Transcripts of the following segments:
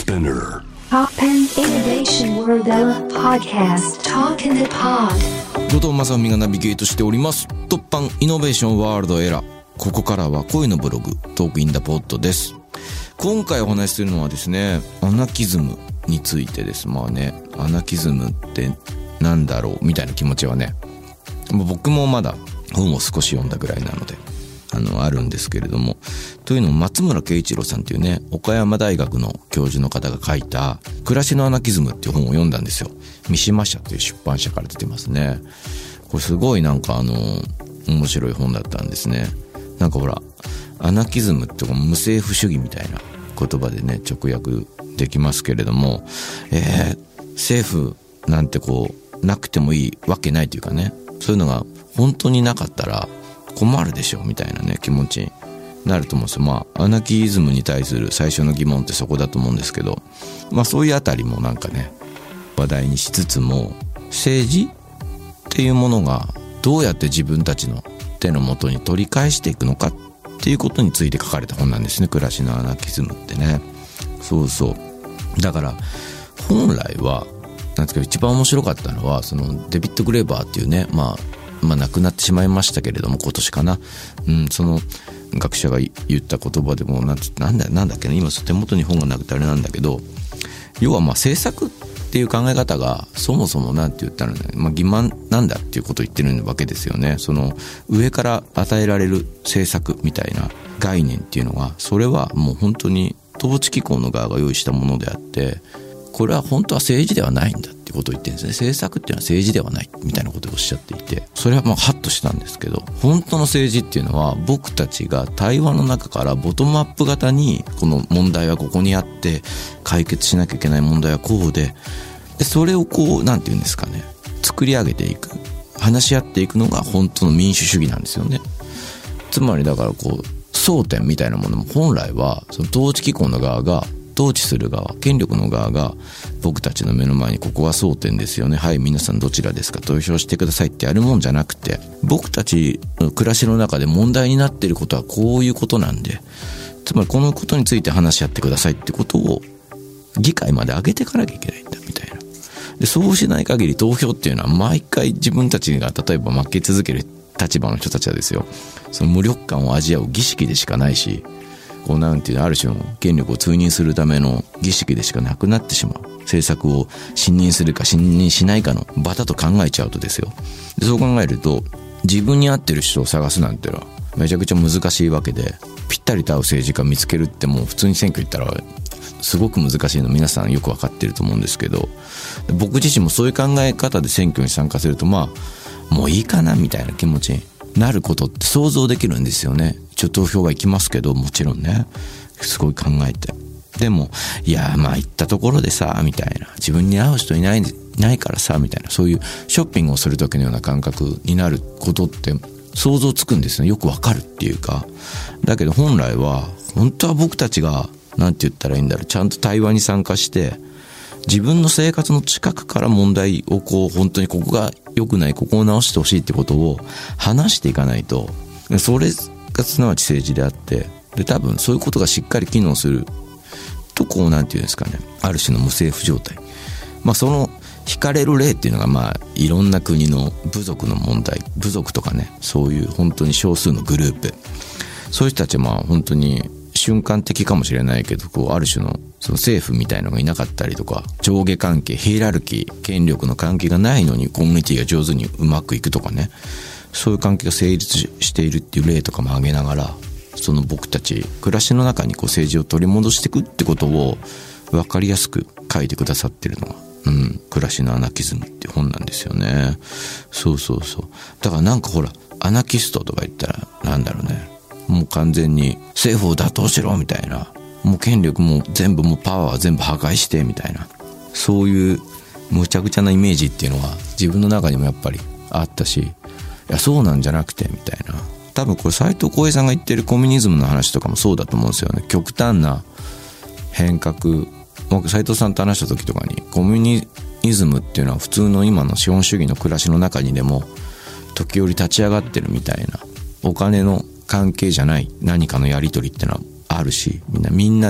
Spinner Poppen Innovation World Podcast Talk in the Pod 後藤正文がナビゲートしております突破イノベーションワールドエラー。ここからは恋のブログトークインダポッドです。今回お話しするのはですね、アナキズムについてです。まあね、アナキズムってなんだろうみたいな気持ちはね、僕もまだ本を少し読んだぐらいなのであるんですけれども、というのも松村慶一郎さんっていうね、岡山大学の教授の方が書いた暮らしのアナキズムっていう本を読んだんですよ。三島社という出版社から出てますね。これすごいなんか面白い本だったんですね。なんかほら、アナキズムって無政府主義みたいな言葉でね直訳できますけれども、政府なんてなくてもいいわけないというかね、そういうのが本当になかったら困るでしょみたいなね気持ちになると思うんですよ。まあアナキズムに対する最初の疑問ってそこだと思うんですけど、まあそういうあたりもなんかね話題にしつつも、政治っていうものがどうやって自分たちの手の元に取り返していくのかっていうことについて書かれた本なんですね、暮らしのアナキズムってね。そうそうだから本来はなんですけど、一番面白かったのはそのデビッド・グレーバーっていうね、まあ亡くなってしまいましたけれども今年かな、その学者が言った言葉でもなんだっけね、今手元に本がなくてあれなんだけど、要はまあ政策っていう考え方がそもそもなんて言ったらね、まあ欺瞞なんだっていうことを言ってるわけですよね。その上から与えられる政策みたいな概念っていうのが、それはもう本当に統治機構の側が用意したものであって、これは本当は政治ではないんだっていうことを言ってるんですね。政策っていうのは政治ではないみたいなことをおっしゃっていて、それはまあハッとしたんですけど、本当の政治っていうのは僕たちが対話の中からボトムアップ型に、この問題はここにあって解決しなきゃいけない問題はこうで、それをなんていうんですかね、作り上げていく、話し合っていくのが本当の民主主義なんですよね。つまりだから争点みたいなものも本来はその統治機構の側が、統治する側、権力の側が僕たちの目の前にここは争点ですよね、はい皆さんどちらですか、投票してくださいってやるもんじゃなくて、僕たちの暮らしの中で問題になっていることはこういうことなんで、つまりこのことについて話し合ってくださいってことを議会まで上げていかなきゃいけないんだみたいな。でそうしない限り投票っていうのは毎回自分たちが例えば負け続ける立場の人たちはですよ、その無力感を味わう儀式でしかないし、なんていうの、ある種の権力を追認するための儀式でしかなくなってしまう。政策を信任するか信任しないかの場だと考えちゃうとですよ。でそう考えると自分に合ってる人を探すなんてのはめちゃくちゃ難しいわけで、ぴったりと合う政治家見つけるってもう普通に選挙行ったらすごく難しいの皆さんよく分かってると思うんですけど、僕自身もそういう考え方で選挙に参加すると、まあもういいかなみたいな気持ちになることって想像できるんですよね。一応投票は行きますけど、もちろんねすごい考えて、でもいやまあ行ったところでさみたいな、自分に合う人いないからさみたいな、そういうショッピングをする時のような感覚になることって想像つくんですね。よくわかるっていうか、だけど本来は本当は僕たちがなんて言ったらいいんだろう、ちゃんと対話に参加して自分の生活の近くから問題を本当にここが良くない、ここを直してほしいってことを話していかないと、それがすなわち政治であって、で多分そういうことがしっかり機能するとなんていうんですかね、ある種の無政府状態、まあその惹かれる例っていうのがまあいろんな国の部族の問題、部族とかね、そういう本当に少数のグループ、そういう人たちはまあ本当に瞬間的かもしれないけど、ある種のその政府みたいのがいなかったりとか、上下関係、ヒエラルキー、権力の関係がないのにコミュニティが上手にうまくいくとかね、そういう関係が成立しているっていう例とかも挙げながら、その僕たち暮らしの中に政治を取り戻していくってことを分かりやすく書いてくださってるのが、暮らしのアナキズムっていう本なんですよね。そうだからなんかほら、アナキストとか言ったらなんだろうね、もう完全に政府を打倒しろみたいな、もう権力も全部もうパワー全部破壊してみたいな、そういうむちゃくちゃなイメージっていうのは自分の中にもやっぱりあったし、いやそうなんじゃなくてみたいな、多分これ斉藤浩平さんが言ってるコミュニズムの話とかもそうだと思うんですよね。極端な変革、僕斉藤さんと話した時とかに、コミュニズムっていうのは普通の今の資本主義の暮らしの中にでも時折立ち上がってるみたいな、お金の関係じゃない何かのやり取りってのはあるし、みんなで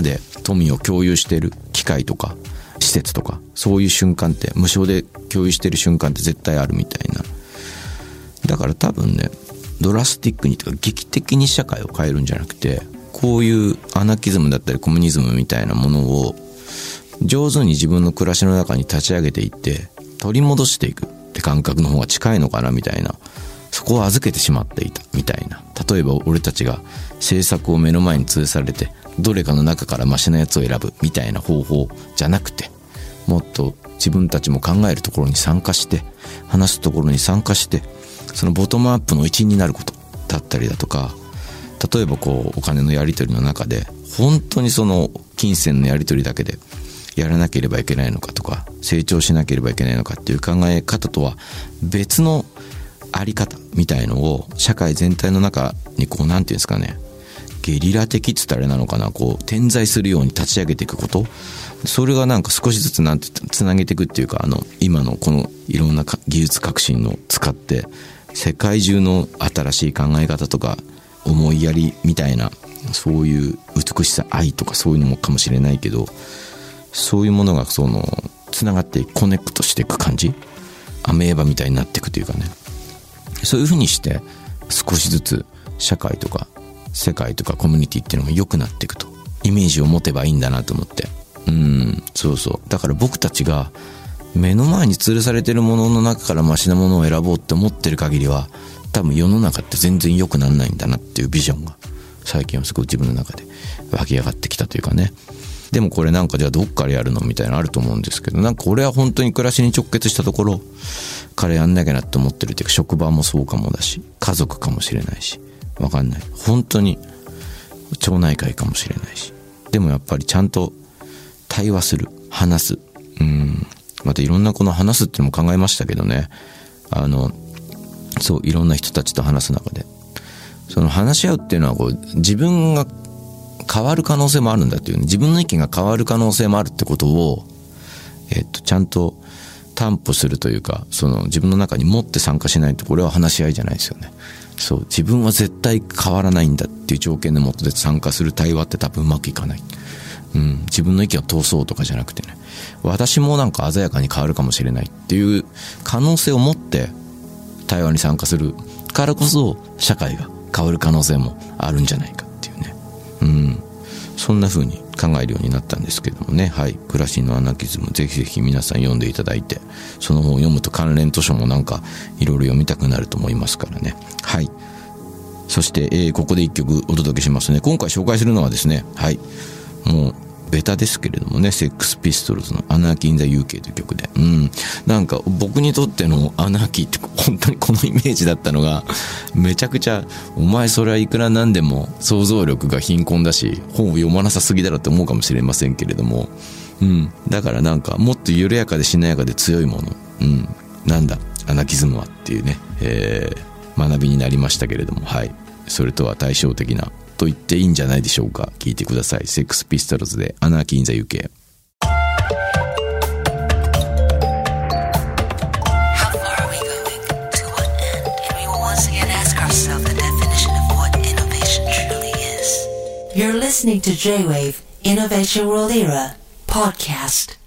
富を共有している機械とか施設とか、そういう瞬間って無償で共有している瞬間って絶対あるみたいな。だから多分ね、ドラスティックにとか劇的に社会を変えるんじゃなくて、こういうアナキズムだったりコミュニズムみたいなものを上手に自分の暮らしの中に立ち上げていって取り戻していくって感覚の方が近いのかなみたいな。そこを預けてしまっていたみたいな。例えば俺たちが政策を目の前に吊るされてどれかの中からマシなやつを選ぶみたいな方法じゃなくて、もっと自分たちも考えるところに参加して、話すところに参加して、そのボトムアップの一員になることだったりだとか、例えばこうお金のやり取りの中で本当にその金銭のやり取りだけでやらなければいけないのかとか、成長しなければいけないのかっていう考え方とは別のあり方みたいのを社会全体の中にこう、なんていうんですかね、ゲリラ的って言ったらあれなのかな、こう点在するように立ち上げていくこと、それがなんか少しずつなんてつなげていくっていうか、今のこのいろんな技術革新を使って世界中の新しい考え方とか思いやりみたいな、そういう美しさ、愛とかそういうのもかもしれないけど、そういうものがそのつながってコネクトしていく感じ、アメーバみたいになっていくというかね、そういうふうにして少しずつ社会とか世界とかコミュニティっていうのも良くなっていくとイメージを持てばいいんだなと思って、そうそう。だから僕たちが目の前に吊るされてるものの中からマシなものを選ぼうって思ってる限りは、多分世の中って全然良くならないんだなっていうビジョンが最近はすごい自分の中で湧き上がってきたというかね。でもこれなんかじゃあどっからやるのみたいなのあると思うんですけど、なんか俺は本当に暮らしに直結したところからやんなきゃなって思ってるっていうか、職場もそうかもだし、家族かもしれないし、わかんない、本当に町内会かもしれないし、でもやっぱりちゃんと対話する、話す、またいろんなこの話すっていうのも考えましたけどね、そういろんな人たちと話す中でその話し合うっていうのはこう自分が変わる可能性もあるんだっていう、ね、自分の意見が変わる可能性もあるってことをちゃんと担保するというか、その自分の中に持って参加しないとこれは話し合いじゃないですよね。そう、自分は絶対変わらないんだっていう条件のもとで参加する対話って多分うまくいかない。自分の意見を通そうとかじゃなくてね、私もなんか鮮やかに変わるかもしれないっていう可能性を持って対話に参加するからこそ社会が変わる可能性もあるんじゃないかっていうね。そんな風に考えるようになったんですけどもね。はい。暮らしのアナキズム、ぜひぜひ皆さん読んでいただいて、その本を読むと関連図書もなんかいろいろ読みたくなると思いますからね。はい。そして、ここで一曲お届けしますね。今回紹介するのはですね、はい。もう、ベタですけれどもね、セックスピストルズのアナーキー・イン・ザ・ UK という曲で、なんか僕にとってのアナーキーって本当にこのイメージだったのが、めちゃくちゃお前それはいくらなんでも想像力が貧困だし本を読まなさすぎだろって思うかもしれませんけれども、だからなんかもっと緩やかでしなやかで強いもの、なんだアナキズムはっていうね、学びになりましたけれども、はい、それとは対照的なと言っていいんじゃないでしょうか。聞いてください。セックスピストルズでアナーキー・イン・ザ・ UK。 You're listening to J-Wave Innovation World Era podcast.